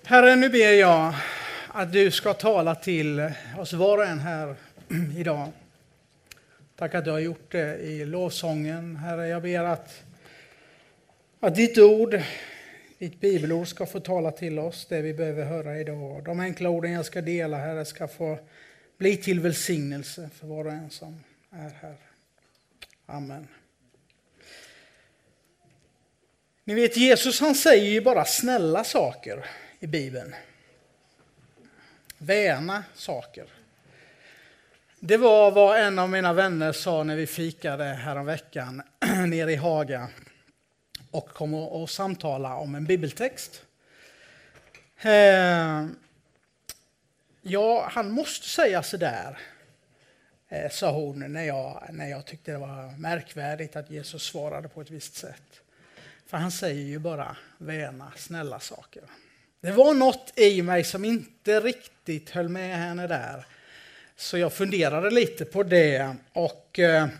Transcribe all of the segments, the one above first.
Herre, nu ber jag att du ska tala till oss var och en här idag. Tack att du har gjort det i lovsången. Herre, jag ber att ditt ord, ditt bibelord ska få tala till oss det vi behöver höra idag. De enkla orden jag ska dela, Herre, ska få bli till välsignelse för var och en som är här. Amen. Ni vet, Jesus han säger ju bara snälla saker i Bibeln. Väna saker. Det var vad en av mina vänner sa när vi fikade häromveckan nere i Haga och kom och samtala om en bibeltext. Ja, han måste säga så där, sa hon när jag tyckte det var märkvärdigt att Jesus svarade på ett visst sätt. För han säger ju bara väna, snälla saker. Det var något i mig som inte riktigt höll med henne där. Så jag funderade lite på det. Och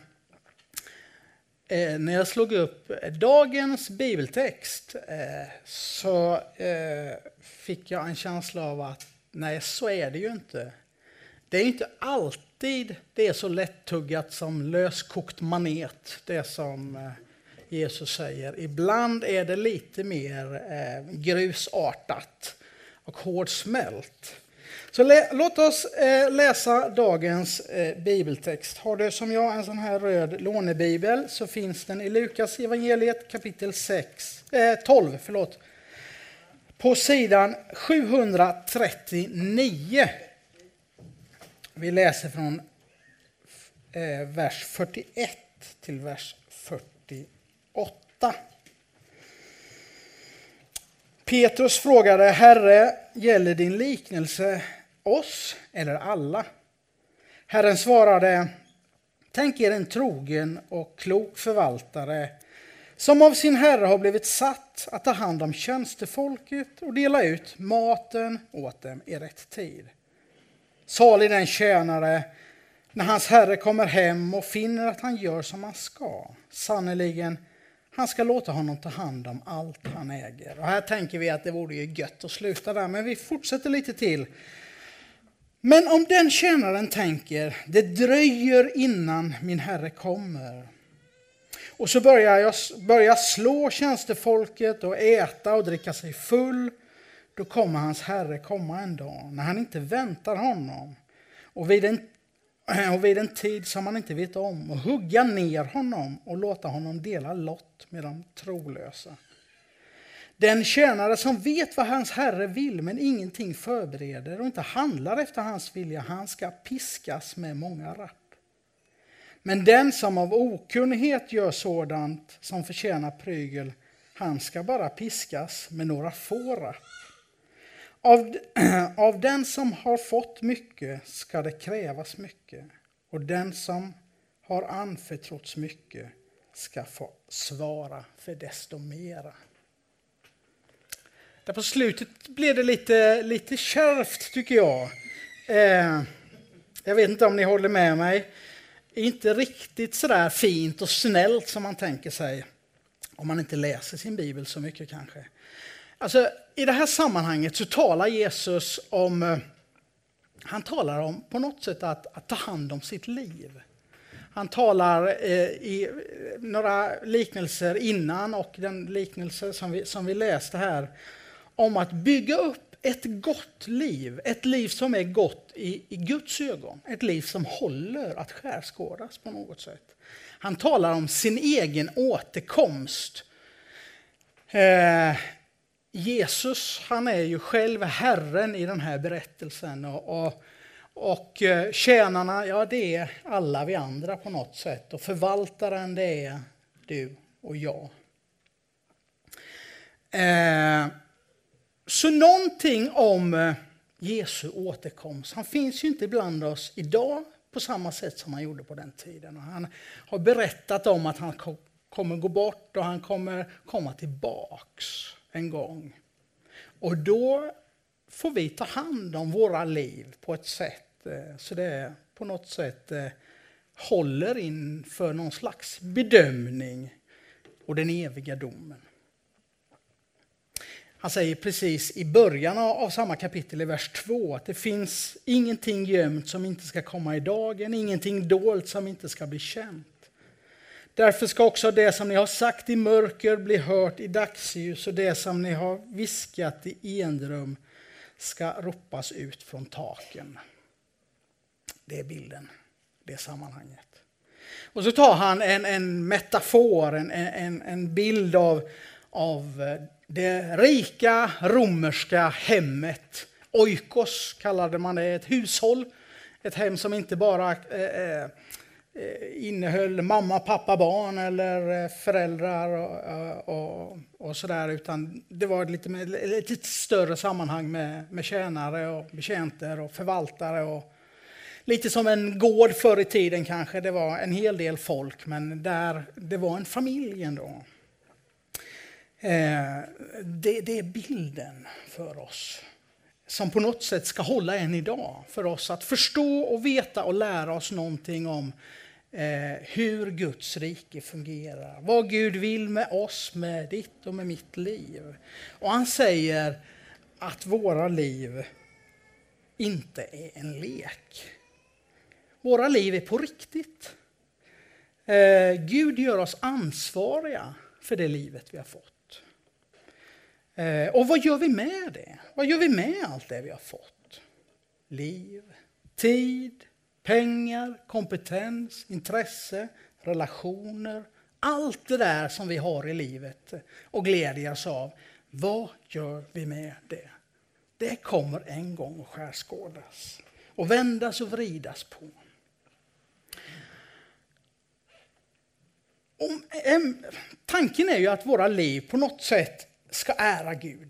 när jag slog upp dagens bibeltext så fick jag en känsla av att nej, så är det ju inte. Det är inte alltid det är så lättuggat som löskokt manet, det som Jesus säger. Ibland är det lite mer grusartat och hårdsmält. Så låt oss läsa dagens bibeltext. Har du som jag en sån här röd lånebibel så finns den i Lukas evangeliet kapitel 12. På sidan 739. Vi läser från vers 41 till vers 48. Petrus frågade: Herre, gäller din liknelse oss eller alla? Herren svarade: tänk er en trogen och klok förvaltare som av sin herre har blivit satt att ta hand om tjänstefolket och dela ut maten åt dem i rätt tid. Salig den tjänare när hans herre kommer hem och finner att han gör som han ska. Sannoliken, han ska låta honom ta hand om allt han äger. Och här tänker vi att det vore ju gött att sluta där, men vi fortsätter lite till. Men om den tjänaren tänker, det dröjer innan min herre kommer. Och så börjar slå tjänstefolket och äta och dricka sig full. Då kommer hans herre komma en dag när han inte väntar honom. Och vid en tid som han inte vet om. Och hugga ner honom och låta honom dela lott med de trolösa. Den tjänare som vet vad hans herre vill men ingenting förbereder och inte handlar efter hans vilja, han ska piskas med många rapp. Men den som av okunnighet gör sådant som förtjänar prygel, han ska bara piskas med några få rapp. Av den som har fått mycket ska det krävas mycket. Och den som har anförtrotts mycket ska få svara för desto mera. Där på slutet blev det lite kärvt tycker jag. Jag vet inte om ni håller med mig. Inte riktigt sådär fint och snällt som man tänker sig. Om man inte läser sin bibel så mycket kanske. Alltså, i det här sammanhanget så talar Jesus om på något sätt att ta hand om sitt liv. Han talar i några liknelser innan och den liknelse som vi läste här om att bygga upp ett gott liv. Ett liv som är gott i Guds ögon. Ett liv som håller att skärskådas på något sätt. Han talar om sin egen återkomst. Jesus, han är ju själv Herren i den här berättelsen och tjänarna, ja det är alla vi andra på något sätt och förvaltaren det är du och jag. Så någonting om Jesu återkomst, han finns ju inte bland oss idag på samma sätt som han gjorde på den tiden. Och han har berättat om att han kommer gå bort och han kommer komma tillbaks en gång. Och då får vi ta hand om våra liv på ett sätt så det på något sätt håller inför någon slags bedömning och den eviga domen. Han säger precis i början av samma kapitel i vers 2 att det finns ingenting gömt som inte ska komma i dagen, ingenting dolt som inte ska bli känt. Därför ska också det som ni har sagt i mörker bli hört i dagsljus, och det som ni har viskat i enrum ska ropas ut från taken. Det är bilden, det sammanhanget. Och så tar han en metafor, en bild av det rika romerska hemmet. Oikos kallade man det, ett hushåll. Ett hem som inte bara innehöll mamma, pappa, barn eller föräldrar och sådär, utan det var ett lite större sammanhang med tjänare och betjänter och förvaltare och lite som en gård förr i tiden kanske. Det var en hel del folk, men det var en familj ändå. Det är bilden för oss som på något sätt ska hålla än idag. För oss att förstå och veta och lära oss någonting om hur Guds rike fungerar. Vad Gud vill med oss, med ditt och med mitt liv. Och han säger att våra liv inte är en lek. Våra liv är på riktigt. Gud gör oss ansvariga för det livet vi har fått. Och vad gör vi med det? Vad gör vi med allt det vi har fått? Liv, tid, pengar, kompetens, intresse, relationer. Allt det där som vi har i livet och glädjas av. Vad gör vi med det? Det kommer en gång att skärskådas och vändas och vridas på. Tanken är ju att våra liv på något sätt ska ära Gud.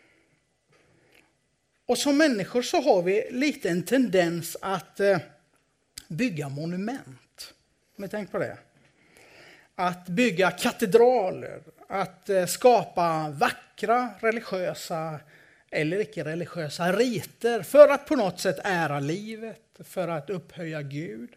Och som människor så har vi lite en tendens att bygga monument. Om ni tänker på det. Att bygga katedraler. Att skapa vackra religiösa eller icke-religiösa riter. För att på något sätt ära livet. För att upphöja Gud.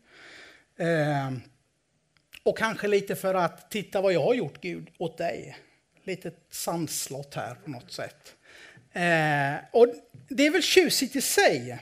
Och kanske lite för att titta vad jag har gjort Gud åt dig. Lite sandslott här på något sätt. Och det är väl tjusigt i sig.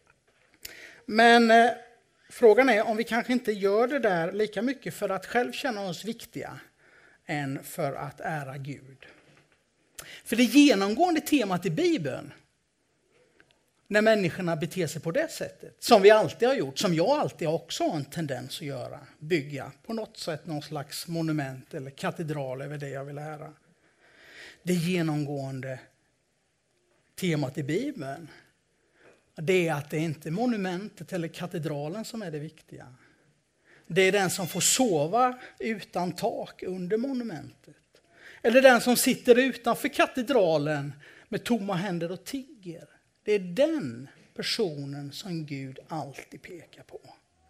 Men frågan är om vi kanske inte gör det där lika mycket för att själv känna oss viktiga än för att ära Gud. För det genomgående temat i Bibeln, när människorna beter sig på det sättet, som vi alltid har gjort, som jag alltid också har en tendens att göra, bygga på något sätt någon slags monument eller katedral över det jag vill ära. Det genomgående temat i Bibeln, det är att det inte är monumentet eller katedralen som är det viktiga. Det är den som får sova utan tak under monumentet. Eller den som sitter utanför katedralen med tomma händer och tigger. Det är den personen som Gud alltid pekar på.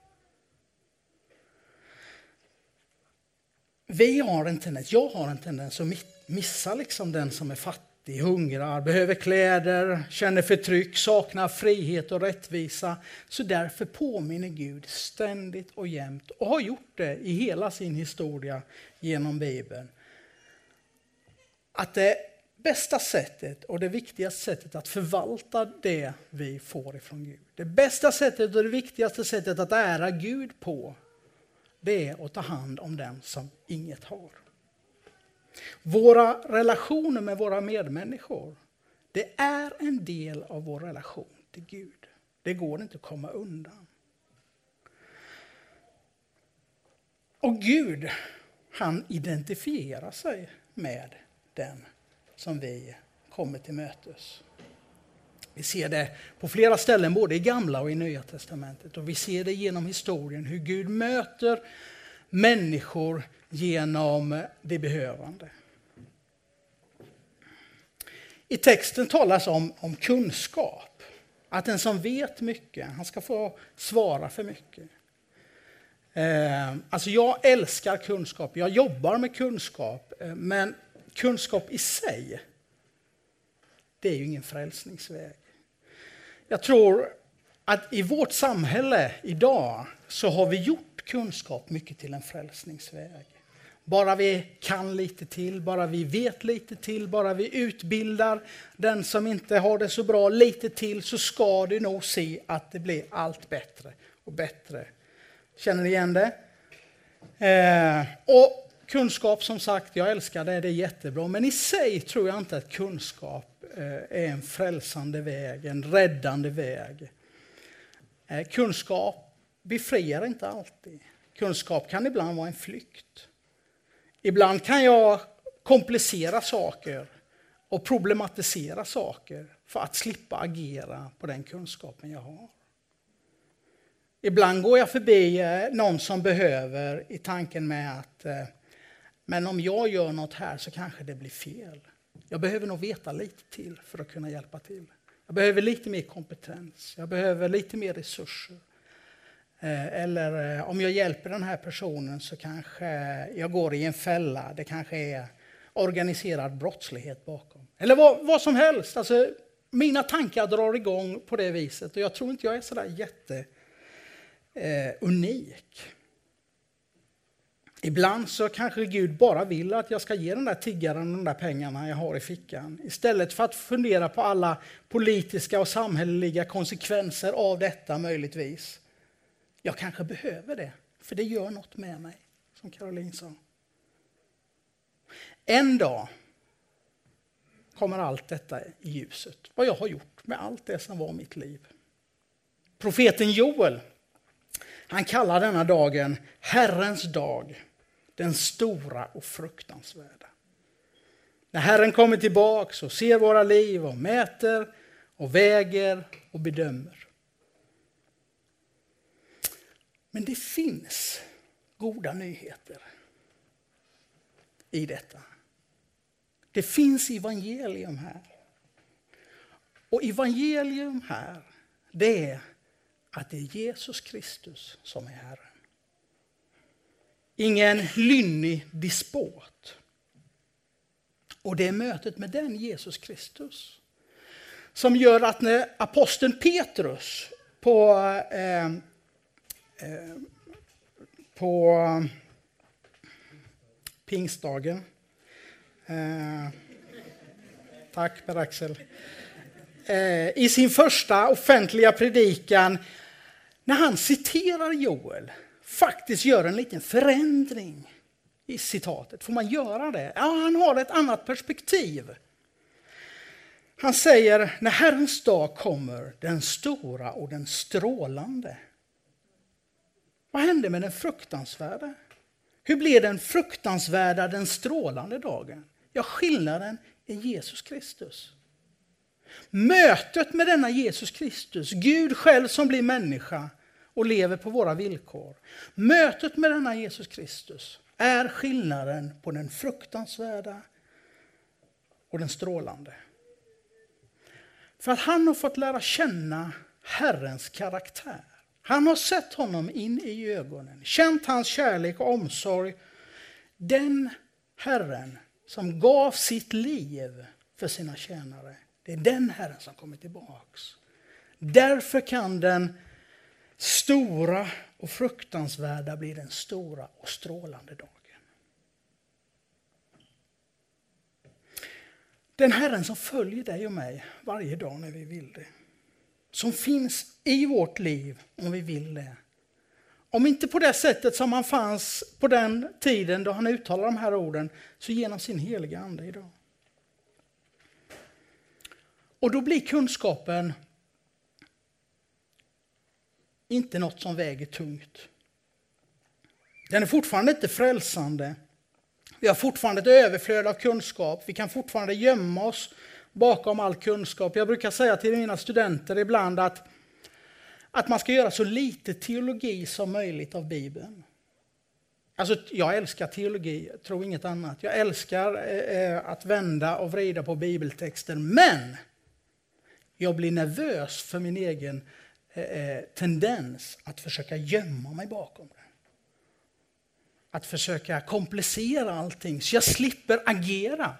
Jag har en tendens att missa liksom den som är fattig, hungrar, behöver kläder, känner förtryck, saknar frihet och rättvisa. Så därför påminner Gud ständigt och jämt, och har gjort det i hela sin historia genom Bibeln, att det bästa sättet och det viktigaste sättet att förvalta det vi får ifrån Gud, det bästa sättet och det viktigaste sättet att ära Gud på, det är att ta hand om den som inget har. Våra relationer med våra medmänniskor, det är en del av vår relation till Gud. Det går inte att komma undan. Och Gud, han identifierar sig med den som vi kommer till mötes. Vi ser det på flera ställen, både i Gamla och i Nya testamentet. Och vi ser det genom historien, hur Gud möter människor genom det behövande. I texten talas om kunskap. Att den som vet mycket, han ska få svara för mycket. Alltså jag älskar kunskap, jag jobbar med kunskap. Men kunskap i sig, det är ju ingen frälsningsväg. Jag tror att i vårt samhälle idag så har vi gjort kunskap mycket till en frälsningsväg. Bara vi kan lite till, bara vi vet lite till, bara vi utbildar den som inte har det så bra lite till, så ska du nog se att det blir allt bättre och bättre. Känner ni igen det? Och kunskap, som sagt, jag älskar det, det är jättebra. Men i sig tror jag inte att kunskap är en frälsande väg, en räddande väg. Kunskap befriar inte alltid. Kunskap kan ibland vara en flykt. Ibland kan jag komplicera saker och problematisera saker för att slippa agera på den kunskapen jag har. Ibland går jag förbi någon som behöver i tanken med att men om jag gör något här så kanske det blir fel. Jag behöver nog veta lite till för att kunna hjälpa till. Jag behöver lite mer kompetens. Jag behöver lite mer resurser. Eller om jag hjälper den här personen så kanske jag går i en fälla. Det kanske är organiserad brottslighet bakom. Eller vad som helst. Alltså, mina tankar drar igång på det viset. Och jag tror inte jag är sådär unik. Ibland så kanske Gud bara vill att jag ska ge den där tiggaren de där pengarna jag har i fickan. Istället för att fundera på alla politiska och samhälleliga konsekvenser av detta möjligtvis. Jag kanske behöver det, för det gör något med mig, som Caroline sa. En dag kommer allt detta i ljuset. Vad jag har gjort med allt det som var mitt liv. Profeten Joel, han kallar denna dagen Herrens dag. Den stora och fruktansvärda. När Herren kommer tillbaka och ser våra liv och mäter och väger och bedömer. Men det finns goda nyheter i detta. Det finns evangelium här. Och evangelium här, det är att det är Jesus Kristus som är Herren. Ingen lynnig despot. Och det är mötet med den Jesus Kristus som gör att när aposteln Petrus på pingstdagen, tack Per-Axel, i sin första offentliga predikan, när han citerar Joel, faktiskt gör en liten förändring i citatet. Får man göra det? Ja, han har ett annat perspektiv. Han säger, när Herrens dag kommer, den stora och den strålande. Vad hände med den fruktansvärda? Hur blev den fruktansvärda, den strålande dagen? Ja, skillnaden är Jesus Kristus. Mötet med denna Jesus Kristus, Gud själv som blir människa och lever på våra villkor. Mötet med denna Jesus Kristus är skillnaden på den fruktansvärda och den strålande. För att han har fått lära känna Herrens karaktär. Han har sett honom in i ögonen, känt hans kärlek och omsorg. Den Herren som gav sitt liv för sina tjänare, det är den Herren som kommer tillbaks. Därför kan den stora och fruktansvärda bli den stora och strålande dagen. Den Herren som följer dig och mig varje dag när vi vill det. Som finns i vårt liv om vi vill det. Om inte på det sättet som han fanns på den tiden då han uttalar de här orden, så genom sin heliga ande idag. Och då blir kunskapen inte något som väger tungt. Den är fortfarande inte frälsande. Vi har fortfarande ett överflöd av kunskap. Vi kan fortfarande gömma oss bakom all kunskap. Jag brukar säga till mina studenter ibland att man ska göra så lite teologi som möjligt av Bibeln. Alltså, jag älskar teologi, jag tror inget annat. Jag älskar att vända och vrida på bibeltexter. Men jag blir nervös för min egen tendens att försöka gömma mig bakom det. Att försöka komplicera allting så jag slipper agera.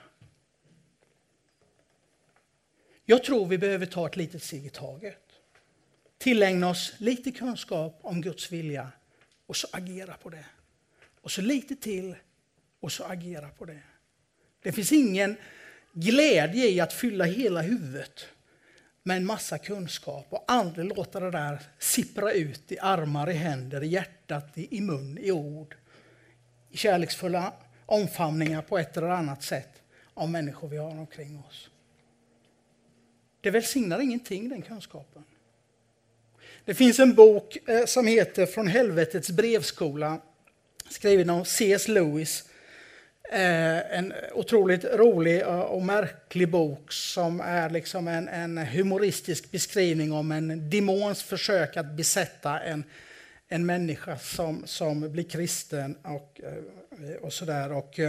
Jag tror vi behöver ta ett litet steg i taget. Tillägna oss lite kunskap om Guds vilja och så agera på det. Och så lite till och så agera på det. Det finns ingen glädje i att fylla hela huvudet med en massa kunskap och aldrig låta det där sippra ut i armar, i händer, i hjärtat, i mun, i ord. I kärleksfulla omfamningar på ett eller annat sätt av människor vi har omkring oss. Det välsignar ingenting, den kunskapen. Det finns en bok som heter Från helvetets brevskola, skriven av C.S. Lewis. En otroligt rolig och märklig bok som är liksom en humoristisk beskrivning om en demons försök att besätta en människa som blir kristen och sådär. Och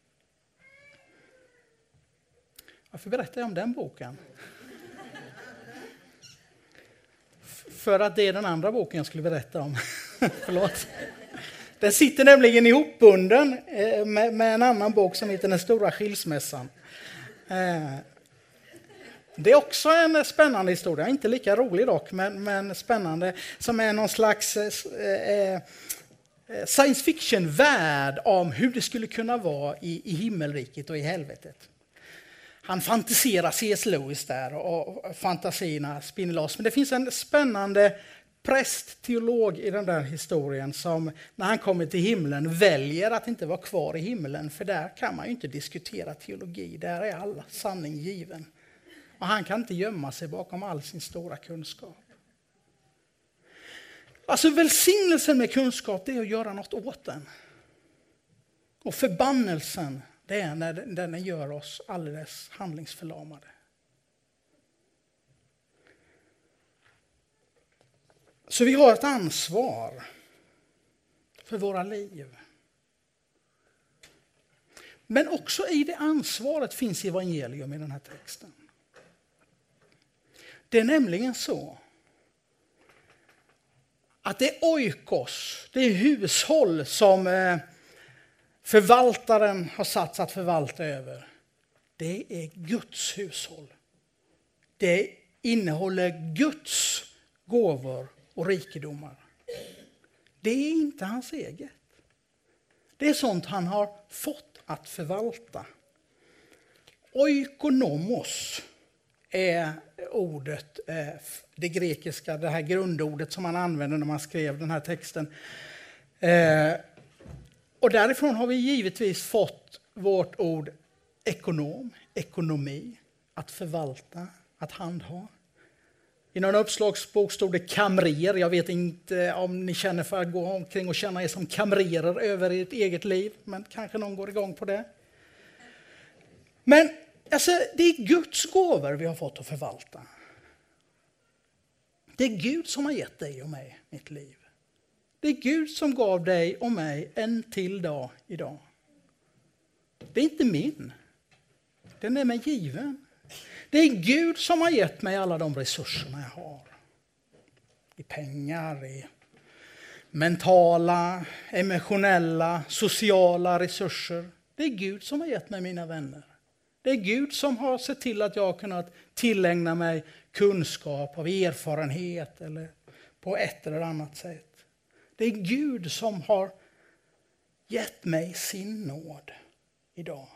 varför berättar jag om den boken? För att det är den andra boken jag skulle berätta om. Förlåt. Den sitter nämligen ihopbunden med en annan bok som heter Den stora skilsmässan. Det är också en spännande historia, inte lika rolig dock, men spännande, som är någon slags science fiction-värld om hur det skulle kunna vara i himmelriket och i helvetet. Han fantiserar C.S. Lewis där och fantasierna spinner loss. Men det finns en spännande prästteolog i den där historien som när han kommer till himlen väljer att inte vara kvar i himlen. För där kan man ju inte diskutera teologi, där är all sanning given. Och han kan inte gömma sig bakom all sin stora kunskap. Alltså välsignelsen med kunskap, det är att göra något åt den. Och förbannelsen, det är när den gör oss alldeles handlingsförlamade. Så vi har ett ansvar för våra liv. Men också i det ansvaret finns evangelium i den här texten. Det är nämligen så att det är oikos, det är hushåll som förvaltaren har satts att förvalta över. Det är Guds hushåll. Det innehåller Guds gåvor och rikedomar. Det är inte hans eget. Det är sånt han har fått att förvalta. Oikonomos är ordet, det grekiska, det här grundordet som man använde när man skrev den här texten. Och därifrån har vi givetvis fått vårt ord ekonom, ekonomi, att förvalta, att handha. I någon uppslagsbok stod det kamrer. Jag vet inte om ni känner för att gå omkring och känna er som kamrerer över ert eget liv. Men kanske någon går igång på det. Men alltså, det är Guds gåvor vi har fått att förvalta. Det är Gud som har gett dig och mig mitt liv. Det är Gud som gav dig och mig en till dag idag. Det är inte min. Den är mig given. Det är Gud som har gett mig alla de resurserna jag har. I pengar, i mentala, emotionella, sociala resurser. Det är Gud som har gett mig mina vänner. Det är Gud som har sett till att jag har kunnat tillägna mig kunskap av erfarenhet eller på ett eller annat sätt. Det är Gud som har gett mig sin nåd idag.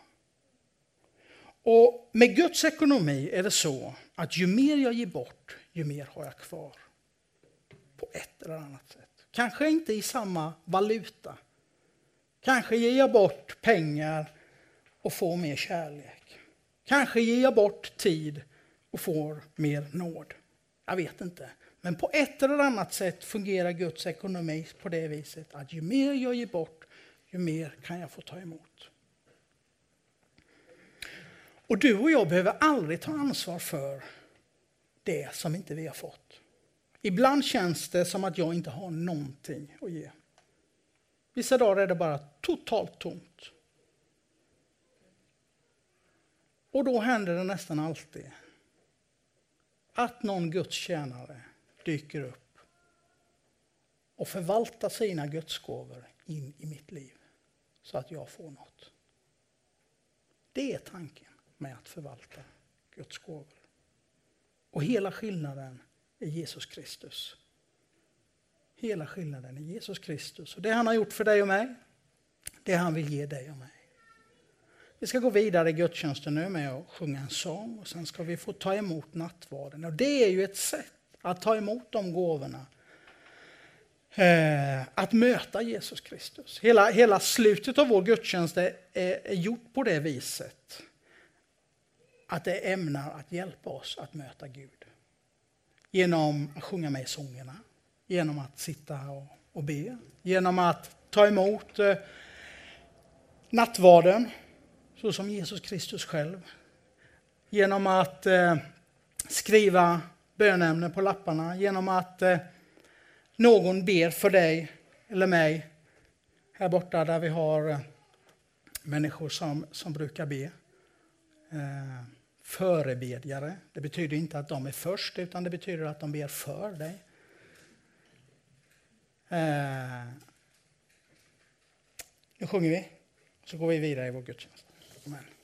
Och med Guds ekonomi är det så att ju mer jag ger bort, ju mer har jag kvar. På ett eller annat sätt. Kanske inte i samma valuta. Kanske ger jag bort pengar och får mer kärlek. Kanske ger jag bort tid och får mer nåd. Jag vet inte. Men på ett eller annat sätt fungerar Guds ekonomi på det viset att ju mer jag ger bort, ju mer kan jag få ta emot. Och du och jag behöver aldrig ta ansvar för det som inte vi har fått. Ibland känns det som att jag inte har någonting att ge. Vissa dagar är det bara totalt tomt. Och då händer det nästan alltid att någon Guds tjänare dyker upp och förvaltar sina gudsgåvor in i mitt liv så att jag får något. Det är tanken med att förvalta Guds gåvor. Och hela skillnaden är Jesus Kristus. Hela skillnaden är Jesus Kristus. Och det han har gjort för dig och mig, det han vill ge dig och mig. Vi ska gå vidare i gudstjänsten nu med att sjunga en sång och sen ska vi få ta emot nattvarden. Och det är ju ett sätt att ta emot de gåvorna. Att möta Jesus Kristus. Hela slutet av vår gudstjänst är gjort på det viset. Att det ämnar att hjälpa oss att möta Gud. Genom att sjunga med i sångerna. Genom att sitta och be. Genom att ta emot nattvarden. Så som Jesus Kristus själv. Genom att skriva bönämnen på lapparna. Genom att någon ber för dig eller mig. Här borta där vi har människor som brukar be. Förebedjare. Det betyder inte att de är först utan det betyder att de ber för dig. Nu sjunger vi så går vi vidare i vår gudstjänst. Amen.